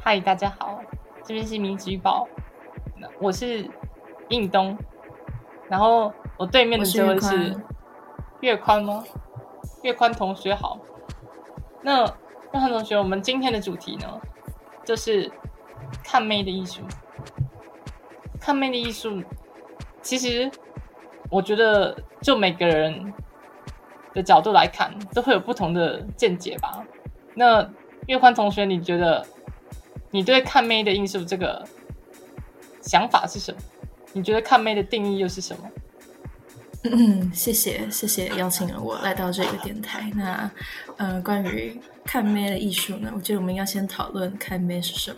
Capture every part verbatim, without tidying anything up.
嗨，大家好，这边是民举报，我是应东，然后我对面的这位是岳宽吗？岳宽同学好。那岳宽同学，我们今天的主题呢，就是看妹的艺术。看妹的艺术，其实我觉得就每个人的角度来看，都会有不同的见解吧。那岳宽同学，你觉得你对看妹的艺术这个想法是什么？你觉得看妹的定义又是什么？ 嗯，谢谢谢谢邀请了我来到这个电台。那呃，关于看妹的艺术呢，我觉得我们要先讨论看妹是什么。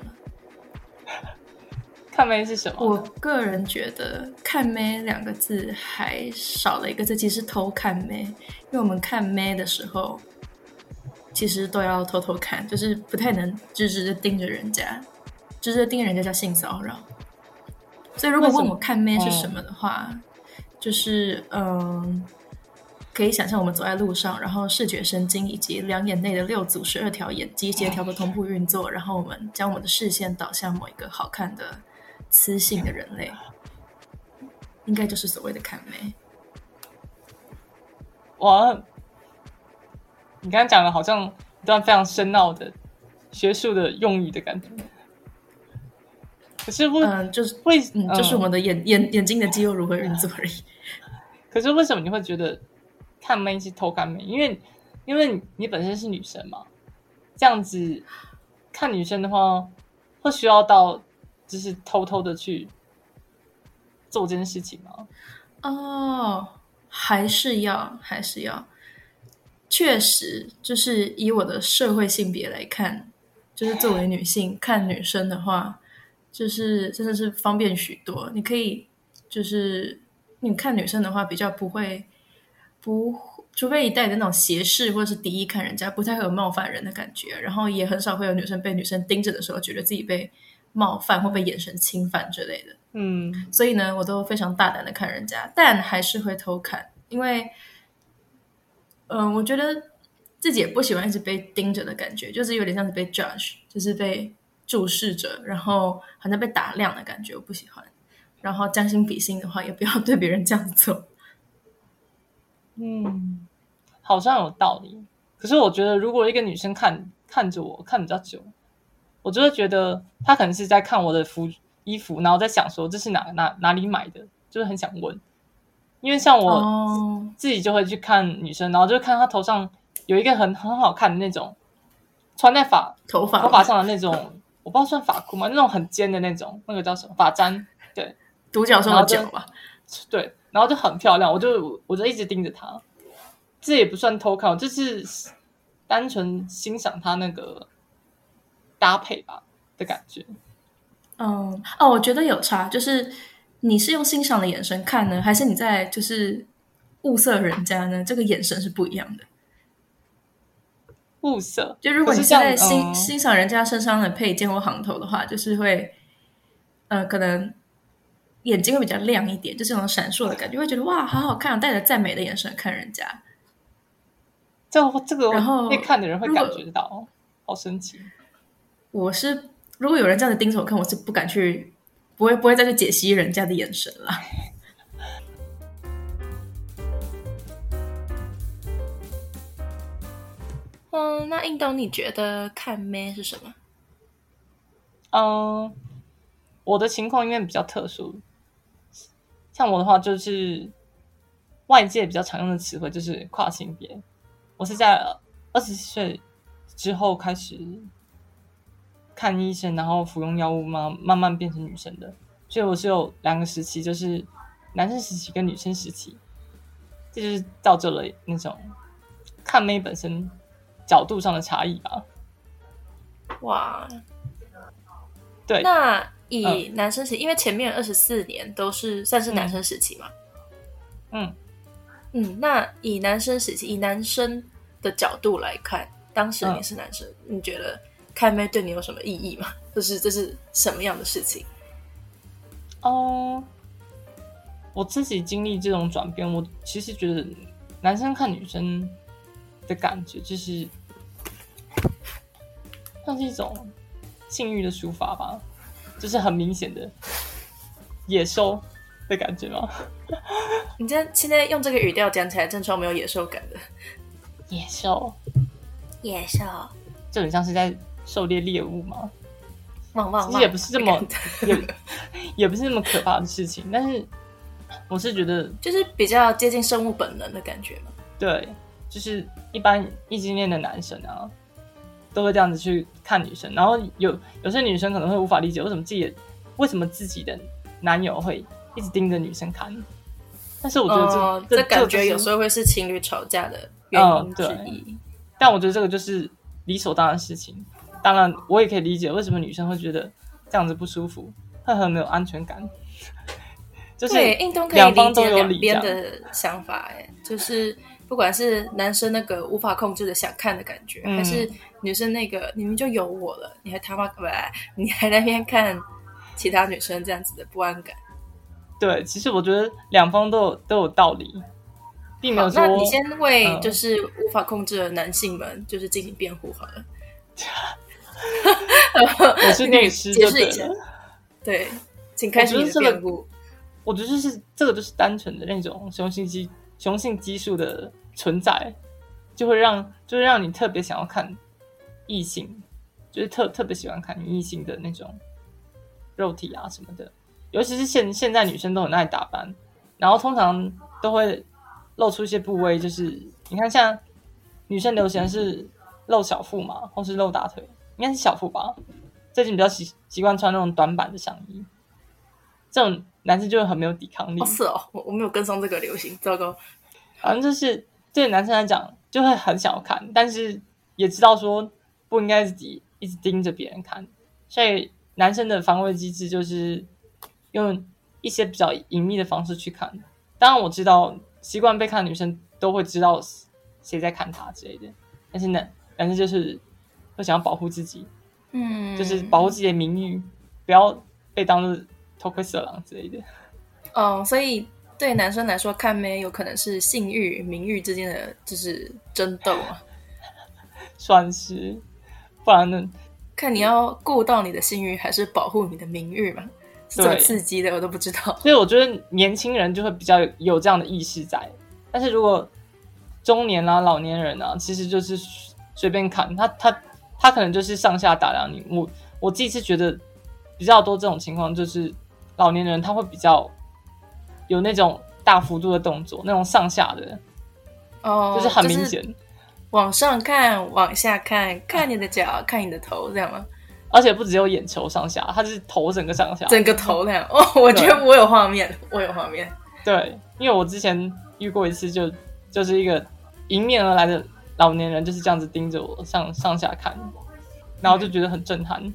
看妹是什么？ 我个人觉得看妹两个字还少了一个字，其实是偷看妹。因为我们看妹的时候，其实都要偷偷看，就是不太能直直的盯着人家，直直的盯着人家叫性骚扰。所以如果问我看妹是什么的话，嗯、就是嗯，可以想象我们走在路上，然后视觉神经以及两眼内的六组十二条眼肌协调的同步运作，然后我们将我们的视线导向某一个好看的雌性的人类，应该就是所谓的看妹。 哇，你刚刚讲的好像一段非常深奥的学术的用语的感觉。可是为嗯，就是为嗯，就是我们的眼、嗯、眼眼睛的肌肉如何运作而已。 可是为什么你会觉得看妹是偷看妹？因为因为你本身是女生嘛，这样子看女生的话，会需要到就是偷偷的去做这件事情吗？ 哦，还是要还是要，确实就是以我的社会性别来看，就是作为女性看女生的话。就是真的是方便许多，你可以就是你看女生的话比较不会不，除非你带着那种斜视或者是敌意看人家，不太会有冒犯人的感觉，然后也很少会有女生被女生盯着的时候觉得自己被冒犯或被眼神侵犯之类的。 嗯， 所以呢我都非常大胆的看人家，但还是会偷看，因为嗯、呃，我觉得自己也不喜欢一直被盯着的感觉，就是有点像是被 judge， 就是被注视着，然后好像被打量的感觉，我不喜欢。然后将心比心的话，也不要对别人这样做。 嗯，好像有道理。可是我觉得，如果一个女生看看着我看比较久，我就会觉得她可能是在看我的服衣服，然后在想说这是哪哪哪里买的，就是很想问。因为像我、oh. 自己就会去看女生，然后就看她头上有一个很很好看的那种穿在发头发头发上的那种。我不知道算发箍吗？那种很尖的那种，那个叫什么发簪？对， 独角兽的角吧。 对，然后就很漂亮，我就我就一直盯着她。这也不算偷看，就是单纯欣赏她那个搭配吧的感觉。 嗯，哦，我觉得有差，就是你是用欣赏的眼神看呢，还是你在就是物色人家呢？这个眼神是不一样的。 物色， 就如果你是在欣、嗯、欣赏人家身上的配件或行头的话，就是会，呃，可能眼睛会比较亮一点，就是那种闪烁的感觉，会觉得哇，好好看，带着赞美的眼神看人家。 这这个，然后被看的人会感觉到，好神奇。 我是如果有人这样子盯着我看，我是不敢去，不会不会再去解析人家的眼神啦。嗯，那应东你觉得看妹是什么？ 嗯，我的情况因为比较特殊，像我的话就是外界比较常用的词汇就是跨性别。我是在二十岁之后开始看医生，然后服用药物慢慢慢变成女生的，所以我是有两个时期，就是男生时期跟女生时期，这就是造就了那种看妹本身角度上的差异吧。 哇， 对， 那以男生时期、嗯、因为前面二十四年都是算是男生时期嘛， 嗯嗯，那以男生时期以男生的角度来看，当时你是男生、嗯、你觉得看妹对你有什么意义吗？就是这是什么样的事情？ 哦、呃，我自己经历这种转变，我其实觉得男生看女生的感觉就是像是一种性欲的抒发吧，就是很明显的野兽的感觉吗？ 你这现在用这个语调讲起来，真超没有野兽感的。 野兽， 野兽， 就很像是在狩猎猎物嘛。 汪汪汪， 其实也不是这么也也不是那么可怕的事情，但是我是觉得就是比较接近生物本能的感觉嘛。 对，就是一般异性恋的男生啊，都会这样子去看女生，然后有有些女生可能会无法理解为什么自己的为什么自己的男友会一直盯着女生看，但是我觉得这、 哦、 这这感觉有时候会是情侣吵架的原因之一、 嗯、但我觉得这个就是理所当然的事情。当然我也可以理解为什么女生会觉得这样子不舒服，会很没有安全感，就是两方都有理两边的想法，就是不管是男生那个无法控制的想看的感觉、嗯、还是女生那个你们就有我了，你还他妈不来，你还在那边看其他女生这样子的不安感。 对，其实我觉得两方都有都有道理，并没有说。 那你先为就是无法控制的男性们就是进行辩护好了。 我是律师就对了， 解释一下。对，请开始你的辩护。 我觉得就是这个就是单纯的那种雄性激雄性激素的存在，就会让就会让你特别想要看异性，就是特特别喜欢看异性的那种肉体啊什么的。尤其是现现在女生都很爱打扮，然后通常都会露出一些部位，就是你看像女生流行的是露小腹嘛，或是露大腿，应该是小腹吧。最近比较习习惯穿那种短版的上衣，这种男生就会很没有抵抗力。 哦，是哦，我我没有跟上这个流行，糟糕。 反正就是对男生来讲，就会很想要看，但是也知道说不应该自己一直盯着别人看，所以男生的防卫机制就是用一些比较隐秘的方式去看。当然我知道习惯被看的女生都会知道谁在看他之类的，但是男男生就是会想要保护自己， 嗯， 就是保护自己的名誉，不要被当作偷窥色狼之类的。 哦，所以对男生来说，看妹有可能是性欲、名誉之间的就是争斗啊， 算是，不然呢？ 看你要顾到你的性欲，还是保护你的名誉嘛？是这么刺激的，我都不知道。 所以我觉得年轻人就会比较有这样的意识在，但是如果中年啊、老年人啊，其实就是随便看他，他他可能就是上下打量你。我我自己是觉得比较多这种情况，就是老年人他会比较有那种大幅度的动作，那种上下的， 哦， 就是很明显， 就是往上看，往下看，看你的脚，看你的头，这样吗？ 而且不只有眼球上下，它是头整个上下， 整个头那样。哦，我觉得我有画面，我有画面。 对，因为我之前遇过一次就，就就是一个迎面而来的老年人就是这样子盯着我上上下看，然后就觉得很震撼，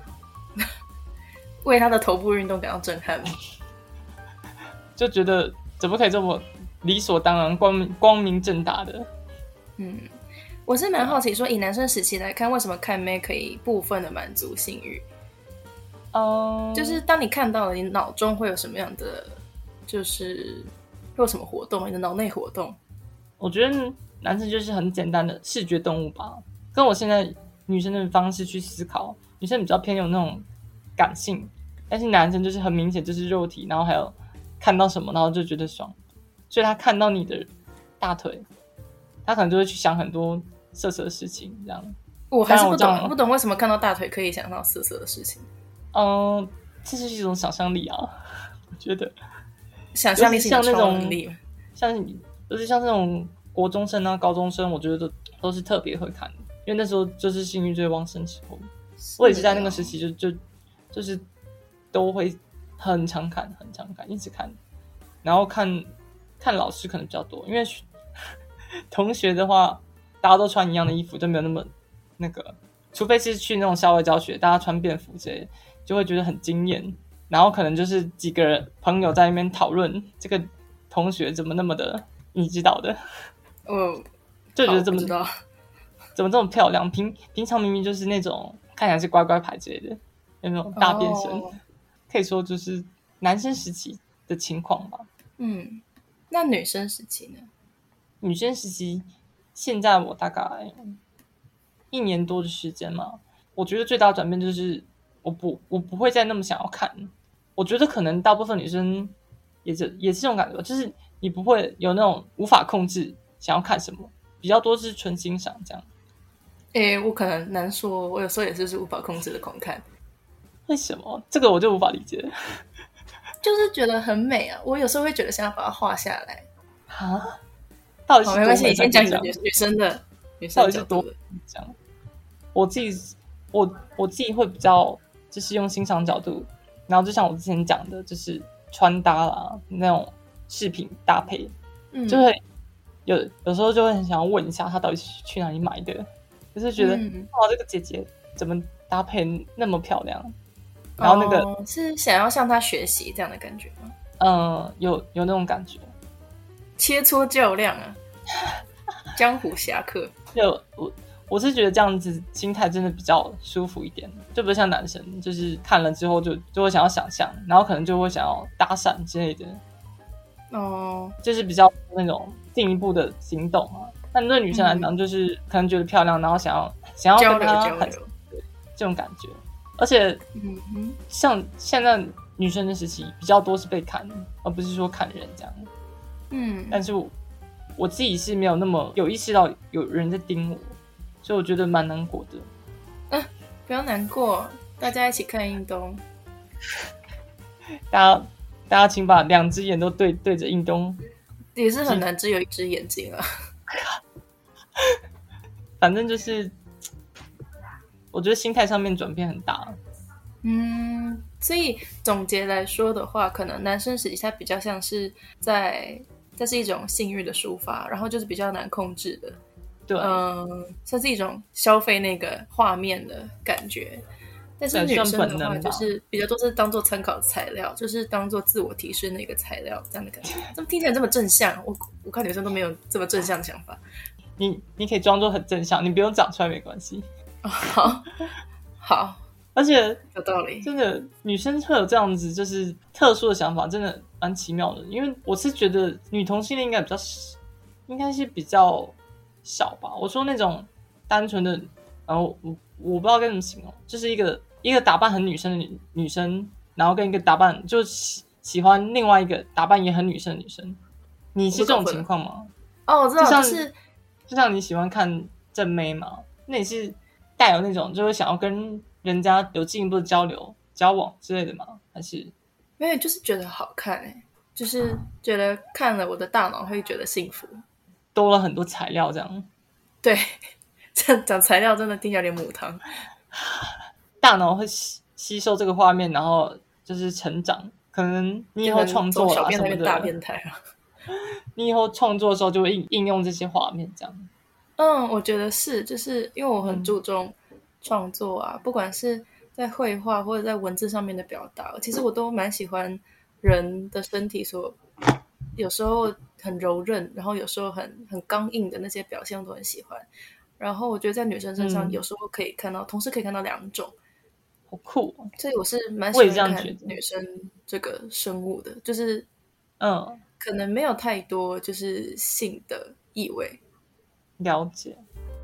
为他的头部运动感到震撼， 就觉得怎么可以这么理所当然、光明光明正大的？ 嗯。我是蛮好奇说以男生时期来看，为什么看妹可以部分的满足性欲？ 嗯， 就是当你看到了，你脑中会有什么样的，就是会有什么活动？你的脑内活动？ 我觉得男生就是很简单的视觉动物吧，跟我现在女生的方式去思考，女生比较偏有那种感性，但是男生就是很明显就是肉体，然后还有看到什么，然后就觉得爽，所以他看到你的大腿，他可能就会去想很多色色的事情，这样。 我还是不懂，不懂为什么看到大腿可以想到色色的事情。 嗯，这是一种想象力啊，我觉得。 想象力是像那种，像就是像这种国中生啊、高中生，我觉得都都是特别会看的，因为那时候就是性欲最旺盛时候。我也是在那个时期就，就就就是都会很常看，很常看，一直看，然后看看老师可能比较多，因为同学的话，大家都穿一样的衣服，就没有那么那个，除非是去那种校外教学，大家穿便服之类的，就会觉得很惊艳。然后可能就是几个人朋友在那边讨论这个同学怎么那么的，你知道的， 嗯， 就觉得这么怎么这么漂亮？平平常明明就是那种看起来是乖乖牌之类的，有没有大变身？哦、可以说就是男生时期的情况吧。 嗯，那女生时期呢？ 女生时期，现在我大概一年多的时间嘛，我觉得最大的转变就是我不我不会再那么想要看。我觉得可能大部分女生也是也是这种感觉，就是你不会有那种无法控制想要看什么，比较多是纯欣赏这样。 诶，我可能难说，我有时候也是是无法控制的狂看。 为什么？这个我就无法理解。 就是觉得很美啊，我有时候会觉得想要把它画下来。 啊？到底是多美？ 没关系，你先讲你的女女生的女生角度的。 这样，我自己我我自己会比较就是用欣赏角度，然后就像我之前讲的，就是穿搭啦那种饰品搭配，嗯、就会有有时候就会很想要问一下她到底是去哪里买的，就是觉得、嗯、哇这个姐姐怎么搭配那么漂亮，然后那个、 哦、是想要向她学习这样的感觉吗？ 嗯，有有那种感觉， 切磋较量啊，江湖侠客。 就我我是觉得这样子心态真的比较舒服一点，就不是像男生，就是看了之后就就会想要想象，然后可能就会想要搭讪之类的。哦，就是比较那种进一步的行动啊。但对女生来讲，就是可能觉得漂亮，然后想要想要跟她很这种感觉。而且，嗯，像现在女生的时期比较多是被看，而不是说看人这样。嗯，但是我我自己是没有那么有意识到有人在盯我，所以我觉得蛮难过的。 啊，不要难过，大家一起看印东。 大家大家请把两只眼都对对着印东， 也是很难只有一只眼睛啊。 反正就是，我觉得心态上面转变很大。 嗯，所以总结来说的话，可能男生实际上比较像是在，这是一种性欲的抒发，然后就是比较难控制的。 对， 嗯，像是一种消费那个画面的感觉。但是女生的话，就是比较多是当做参考材料，就是当做自我提升的一个材料，这样的感觉。怎么听起来这么正向？我我看女生都没有这么正向的想法。 你你可以装作很正向，你不用讲出来没关系。 哦、好，好， 而且有道理。 真的，女生会有这样子就是特殊的想法，真的蛮奇妙的。因为我是觉得女同性恋应该比较，应该是比较少吧。我说那种单纯的，然后我我不知道该怎么形容，就是一个一个打扮很女生的 女, 女生，然后跟一个打扮就喜喜欢另外一个打扮也很女生的女生。你是这种情况吗？ 哦，我知道， 就像、 就是就像你喜欢看正妹嘛，那你是带有那种就会想要跟人家有进一步的交流、交往之类的吗？还是没有，就是觉得好看哎、欸，就是觉得看了我的大脑会觉得幸福， 多了很多材料这样。 对，这样讲材料真的听起来有点母汤。 大脑会吸吸收这个画面，然后就是成长。可能你以后创作啊什么的， 大变态啊！ 你以后创作的时候就会应应用这些画面，这样。 嗯，我觉得是，就是因为我很注重创作啊，嗯、不管是在绘画或者在文字上面的表达，其实我都蛮喜欢人的身体所有时候很柔韧，然后有时候很很刚硬的那些表现，我都很喜欢。然后我觉得在女生身上有时候可以看到，嗯、同时可以看到两种。 好酷哦！ 所以我是蛮喜欢看女生这个生物的，就是嗯，可能没有太多就是性的意味。 了解。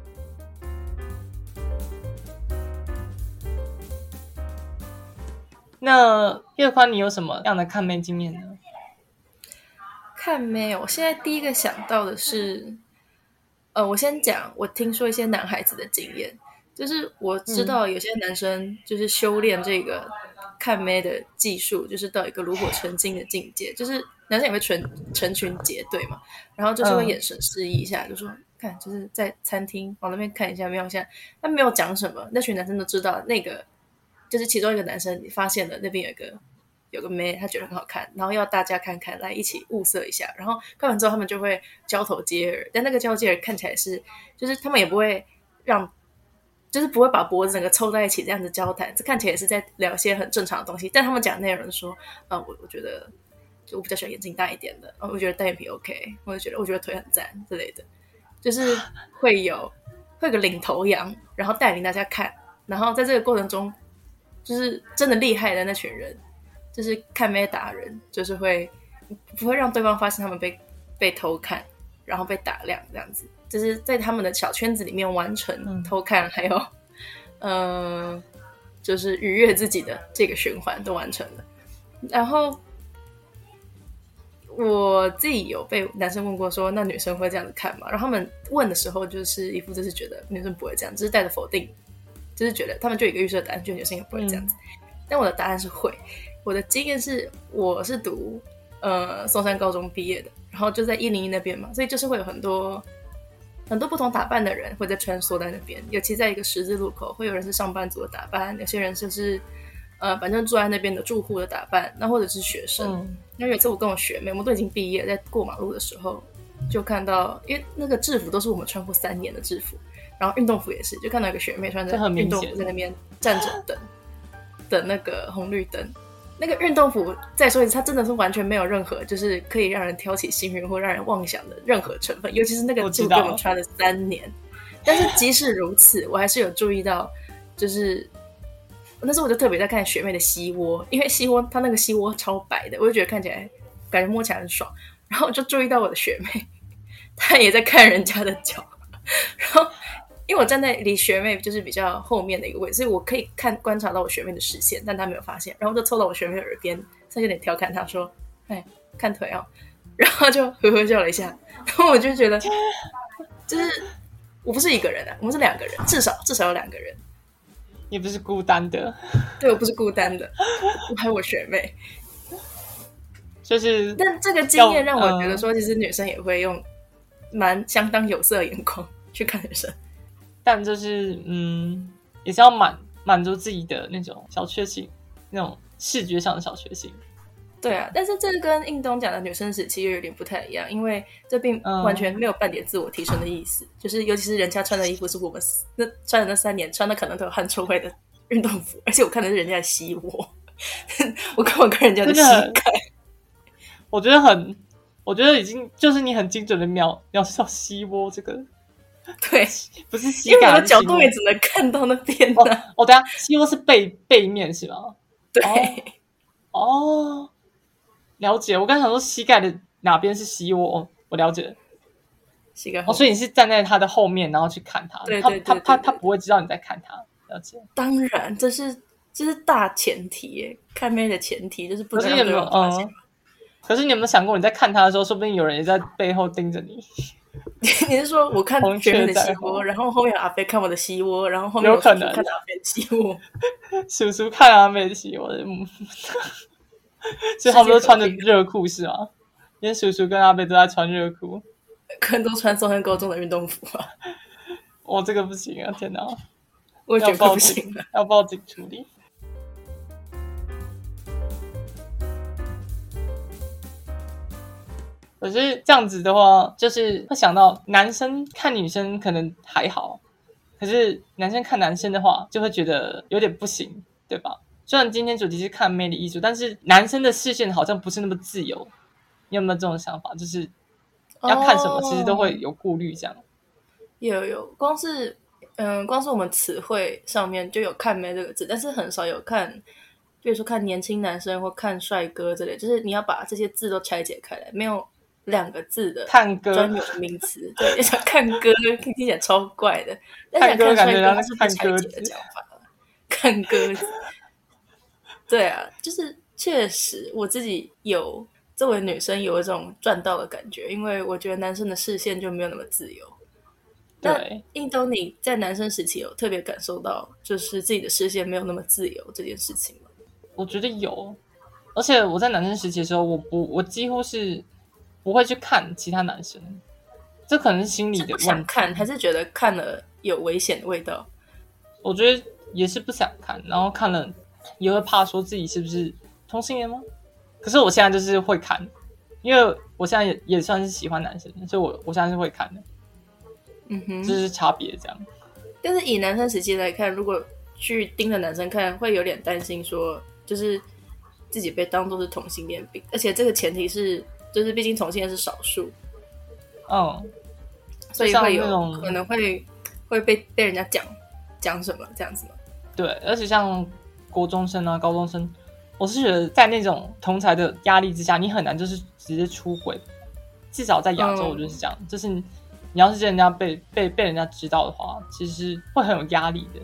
那岳宽，你有什么样的看妹经验呢？ 看妹，我现在第一个想到的是，呃，我先讲，我听说一些男孩子的经验。就是我知道有些男生就是修炼这个看妹的技术，就是到一个炉火纯青的境界。就是男生也会成成群结队嘛，然后就是会眼神示意一下，嗯、就说看，就是在餐厅往那边看一下，瞄一下，他没有讲什么，那群男生都知道那个就是其中一个男生发现了那边有一个有个妹，他觉得很好看，然后要大家看看，来一起物色一下。然后看完之后，他们就会交头接耳，但那个交接耳看起来是，就是他们也不会让。就是不会把脖子整个凑在一起这样子交谈，这看起来也是在聊一些很正常的东西。但他们讲内容说，呃，我我觉得就我比较喜欢眼睛大一点的，呃、我觉得单眼皮 OK， 我就觉得我觉得腿很赞之类的，就是会有会有个领头羊，然后带领大家看，然后在这个过程中，就是真的厉害的那群人，就是看妹达人，就是会不会让对方发现他们被被偷看，然后被打量这样子。就是在他们的小圈子里面完成偷看，嗯、还有，呃， 就是愉悦自己的这个循环都完成了。然后我自己有被男生问过说那女生会这样子看吗，然后他们问的时候就是一副就是觉得女生不会这样，只是带着否定，就是觉得他们就有一个预设答案，觉得女生也不会这样子、嗯、但我的答案是会。我的经验是我是读呃松山高中毕业的，然后就在一零一那边嘛，所以就是会有很多很多不同打扮的人会在穿梭在那边，尤其在一个十字路口，会有人是上班族的打扮，有些人就是呃反正住在那边的住户的打扮，那或者是学生、嗯、那有一次我跟我学妹，我们都已经毕业，在过马路的时候就看到，因为那个制服都是我们穿过三年的制服，然后运动服也是，就看到一个学妹穿着运动服在那边站着等的那个红绿灯。那个运动服再说一次，它真的是完全没有任何就是可以让人挑起心欲或让人妄想的任何成分，尤其是那个制服被我们穿了三年。但是即使如此，我还是有注意到，就是那时候我就特别在看学妹的膝窝，因为膝窝她那个膝窝超白的，我就觉得看起来感觉摸起来很爽，然后我就注意到我的学妹她也在看人家的脚，然后因为我站在离学妹就是比较后面的一个位置，所以我可以看观察到我学妹的视线，但她没有发现，然后就凑到我学妹的耳边，她有点调侃她说：“哎，看腿哦。”然后就呵呵笑了一下，然后我就觉得，就是我不是一个人啊，我们是两个人，至少至少有两个人， 也不是孤单的。 对，我不是孤单的，我还有我学妹。 就是， 但这个经验让我觉得说，其实女生也会用蛮相当有色的眼光去看女生。 但就是嗯，也是要满满足自己的那种小确幸，那种视觉上的小确幸。 对啊，但是这个跟印东讲的女生时期又有点不太一样，因为这并完全没有半点自我提升的意思。嗯、就是尤其是人家穿的衣服是我们那穿的那三年穿的可能都有汗臭味的运动服，而且我看的是人家的膝窝，我根本看人家的膝盖。 我觉得很，我觉得已经就是你很精准的描描述到膝窝这个。 对， 不是膝盖， 因为我的角度也只能看到那边的、啊。 哦，哦，等一下，膝窝是背背面是吗？ 对， 哦，哦了解。我刚想说膝盖的哪边是膝窝，哦、我了解。 膝盖哦，所以你是站在他的后面，然后去看他， 对对对对对对， 他他他他不会知道你在看他，了解。 当然，这是这是大前提耶，看妹的前提就是不能让对方发现。 可是你有没有想过，你在看他的时候，说不定有人也在背后盯着你？ 你是说我看学妹的膝窝，然后后面有阿飞看我的膝窝，然后后面有叔叔看阿飞的膝窝， 叔叔看阿飞的膝窝，嗯，所以他们都穿着热裤是吗？因为叔叔跟阿飞都在穿热裤， 可能都穿松山高中的运动服啊。 我、哦、这个不行啊！天哪， 我觉得不行了， 要报警处理。可是这样子的话，就是会想到男生看女生可能还好，可是男生看男生的话，就会觉得有点不行，对吧？虽然今天主题是看魅力艺术，但是男生的视线好像不是那么自由。你有没有这种想法？就是要看什么，其实都会有顾虑，这样。 有有，光是嗯，光是我们词汇上面就有看妹这个字，但是很少有看，比如说看年轻男生或看帅哥之类，就是你要把这些字都拆解开来，没有两个字的看歌专有名词。对，想看歌听起来超怪的，但看歌看帅哥是不拆解的讲法。看歌子，对啊，就是确实我自己有作为女生有一种赚到的感觉，因为我觉得男生的视线就没有那么自由。 对， 印东你在男生时期有特别感受到就是自己的视线没有那么自由这件事情吗？ 我觉得有，而且我在男生时期的时候，我不，我几乎是不会去看其他男生，这可能是心理的问题。 是不想看，还是觉得看了有危险的味道？ 我觉得也是不想看，然后看了也会怕说自己是不是同性恋吗？可是我现在就是会看，因为我现在 也, 也算是喜欢男生，所以我我现在是会看的。 嗯哼， 这是差别这样。 但是以男生时期来看，如果去盯着男生看，会有点担心说，就是自己被当作是同性恋病，而且这个前提是，就是毕竟同性恋是少数， 嗯， 所以会有可能会会被被人家讲讲什么这样子吗？ 对，而且像国中生啊、高中生，我是觉得在那种同侪的压力之下，你很难就是直接出轨，至少在亚洲，我觉得是这样，嗯、就是。你要是人家被被被人家知道的话，其实会很有压力的。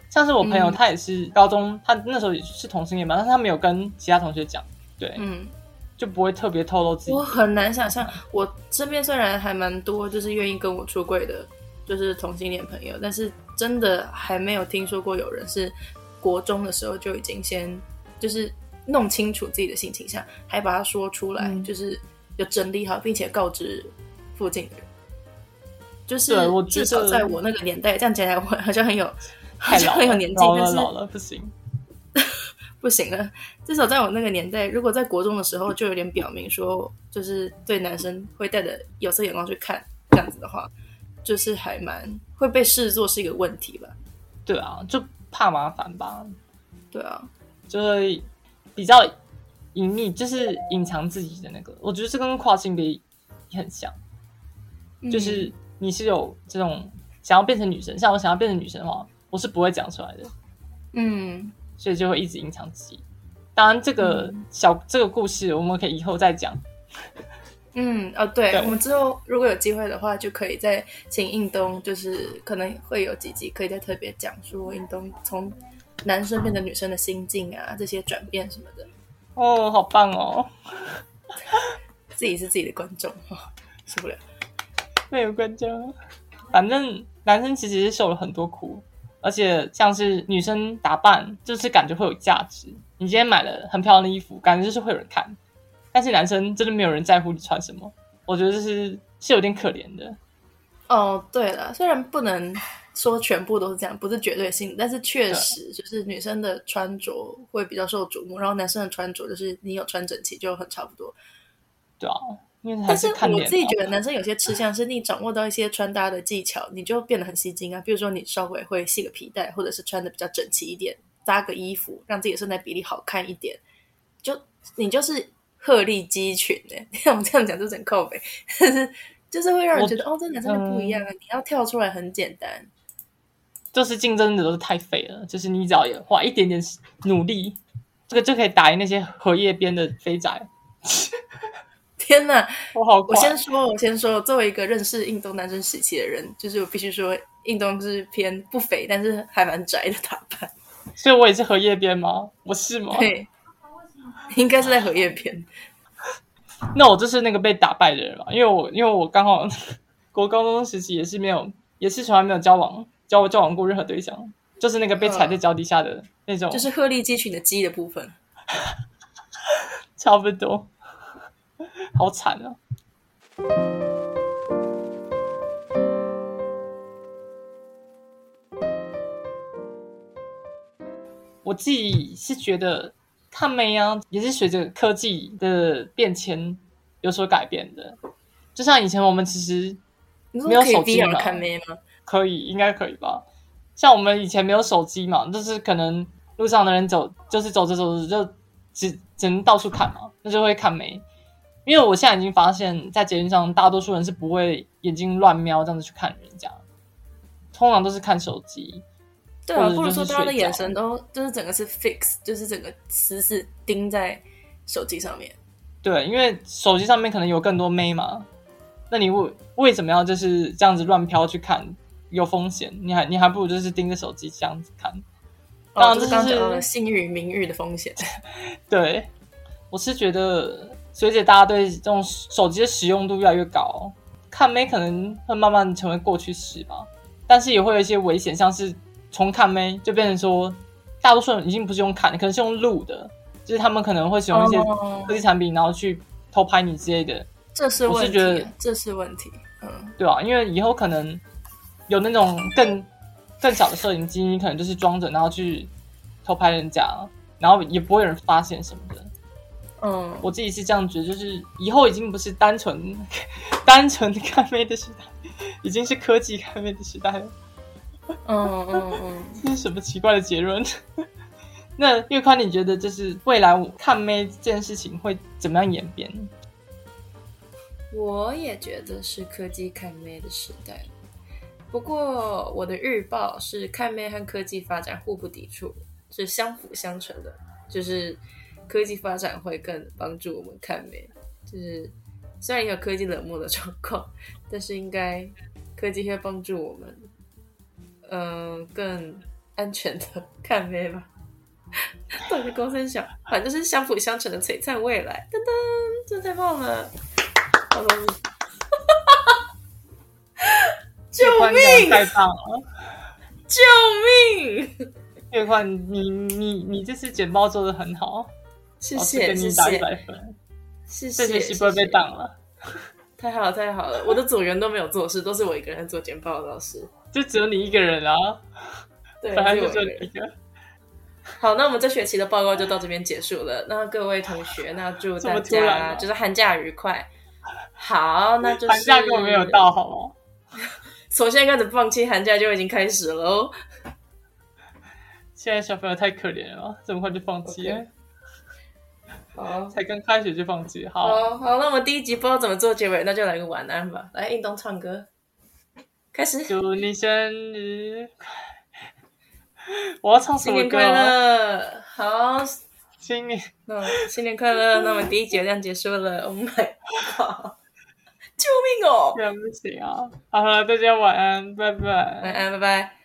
像是我朋友， 嗯他也是高中，他那时候也是同性恋嘛，但是他没有跟其他同学讲，对， 嗯， 就不会特别透露自己。 我很难想象，我身边虽然还蛮多就是愿意跟我出柜的，就是同性恋朋友，但是真的还没有听说过有人是国中的时候就已经先就是弄清楚自己的性倾向，还把它说出来，嗯、就是有整理好，并且告知附近的人。就是至少在我那个年代，这样讲起来我好像很有，好像很有年纪， 老了但是老了不行， 不行了。至少在我那个年代，如果在国中的时候就有点表明说，就是对男生会带着有色眼光去看，这样子的话，就是还蛮会被视作是一个问题吧。 对啊，就怕麻烦吧。 对啊， 就会比较隐秘，就是隐藏自己的那个。我觉得这跟跨性别也很像，嗯、就是你是有这种想要变成女生，像我想要变成女生的话，我是不会讲出来的。 嗯， 所以就会一直隐藏自己。当然，这个小、嗯、这个故事我们可以以后再讲。 嗯，哦对，对，我们之后如果有机会的话，就可以再请印东，就是可能会有几集可以再特别讲述印东从男生变成女生的心境啊，这些转变什么的。 哦，好棒哦！ 自己是自己的观众，哦、受不了。 没有观众，反正男生其实是受了很多苦，而且像是女生打扮，就是感觉会有价值。你今天买了很漂亮的衣服，感觉就是会有人看。但是男生真的没有人在乎你穿什么，我觉得这是是有点可怜的。 哦，对了，虽然不能说全部都是这样，不是绝对性，但是确实就是女生的穿着会比较受瞩目，然后男生的穿着就是你有穿整齐就很差不多。 对啊，因为还是看脸。 但是我自己觉得男生有些吃相是你掌握到一些穿搭的技巧，你就变得很吸睛啊。比如说你稍微会系个皮带，或者是穿的比较整齐一点，扎个衣服，让自己的身材比例好看一点，就你就是鹤立鸡群哎、欸。我们这样讲就是很靠北，但是就是会让人觉得哦，这男生就不一样啊、嗯！你要跳出来很简单， 就是竞争者都是太废了，就是你只要有花一点点努力，这个就可以打赢那些荷叶边的肥宅。 天哪！ 我好， 我先说，我先说，作为一个认识印东男生时期的人，就是我必须说，印东是偏不肥，但是还蛮宅的打扮。 所以我也是荷叶边吗？我是吗？ 对，应该是在荷叶边。 那我就是那个被打败的人嘛，因为我因为我刚好国高中时期也是没有，也是从来没有交往交交往过任何对象，就是那个被踩在脚底下的那种， 嗯、就是鹤立鸡群的鸡的部分， 差不多。好惨啊！我自己是觉得看妹啊，也是随着科技的变迁有所改变的。就像以前我们其实没有手机嘛， 可以 V R 看妹吗？ 可以，应该可以吧？像我们以前没有手机嘛，就是可能路上的人走，就是走着走着就只只能到处看嘛，那就会看妹。因为我现在已经发现，在捷运上，大多数人是不会眼睛乱瞄这样子去看人家，通常都是看手机。 对啊，不如说大家的眼神都就是整个是 fix， 就是整个死死盯在手机上面。 对，因为手机上面可能有更多妹嘛，那你为为什么要就是这样子乱飘去看？有风险，你还你还不如就是盯着手机这样子看。 当然，这是刚讲了信誉名誉的风险。 对，我是觉得。随着大家对这种手机的使用度越来越高，看妹可能会慢慢成为过去式吧。但是也会有一些危险，像是从看妹就变成说，大多数人已经不是用看，可能是用录的，就是他们可能会使用一些科技产品，然后去偷拍你之类的。 这是问题， 我是觉得这是问题。嗯， 对啊，因为以后可能有那种更更小的摄影机，你可能就是装着，然后去偷拍人家，然后也不会有人发现什么的。 嗯， 我自己是这样觉得，就是以后已经不是单纯单纯看妹的时代，已经是科技看妹的时代了。 嗯嗯嗯， 这是什么奇怪的结论？那岳宽，你觉得就是未来看妹这件事情会怎么样演变？ 我也觉得是科技看妹的时代，不过我的预报是看妹和科技发展互不抵触，是相辅相成的，就是科技发展会更帮助我们看妹，就是虽然也有科技冷漠的状况，但是应该科技会帮助我们，嗯、呃，更安全的看妹吧。到底公三小，反正就是相辅相成的璀璨未来。噔噔，真的太棒了！救命！ 太棒了！ 救命！ 月宽，你你你这次简报做得很好， 谢谢， 给你打一百分。 谢谢， 这学期不会被当了。 太好了，太好了！我的组员都没有做事，都是我一个人做简报的老师， 就只有你一个人啊。 对， 本来就只有你一个。 好，那我们这学期的报告就到这边结束了。那各位同学，那祝大家、啊、就是寒假愉快。好，那就是寒假根本没有到，好吗？ 从现在开始放弃寒假就已经开始了哦。 现在小朋友太可怜了，这么快就放弃了。Okay. 好， 才刚开学就放弃。好， 好，好，那我们第一集不知道怎么做结尾，那就来个晚安吧。来，运动唱歌，开始。 祝你生日快乐！我要唱什么歌、啊？ 新年快乐！好， 新年， 嗯，新年快乐！那我们第一集就这样结束了。Oh my god！ 救命哦！ 这样不行啊！好了，大家晚安，拜拜。 晚安，拜拜。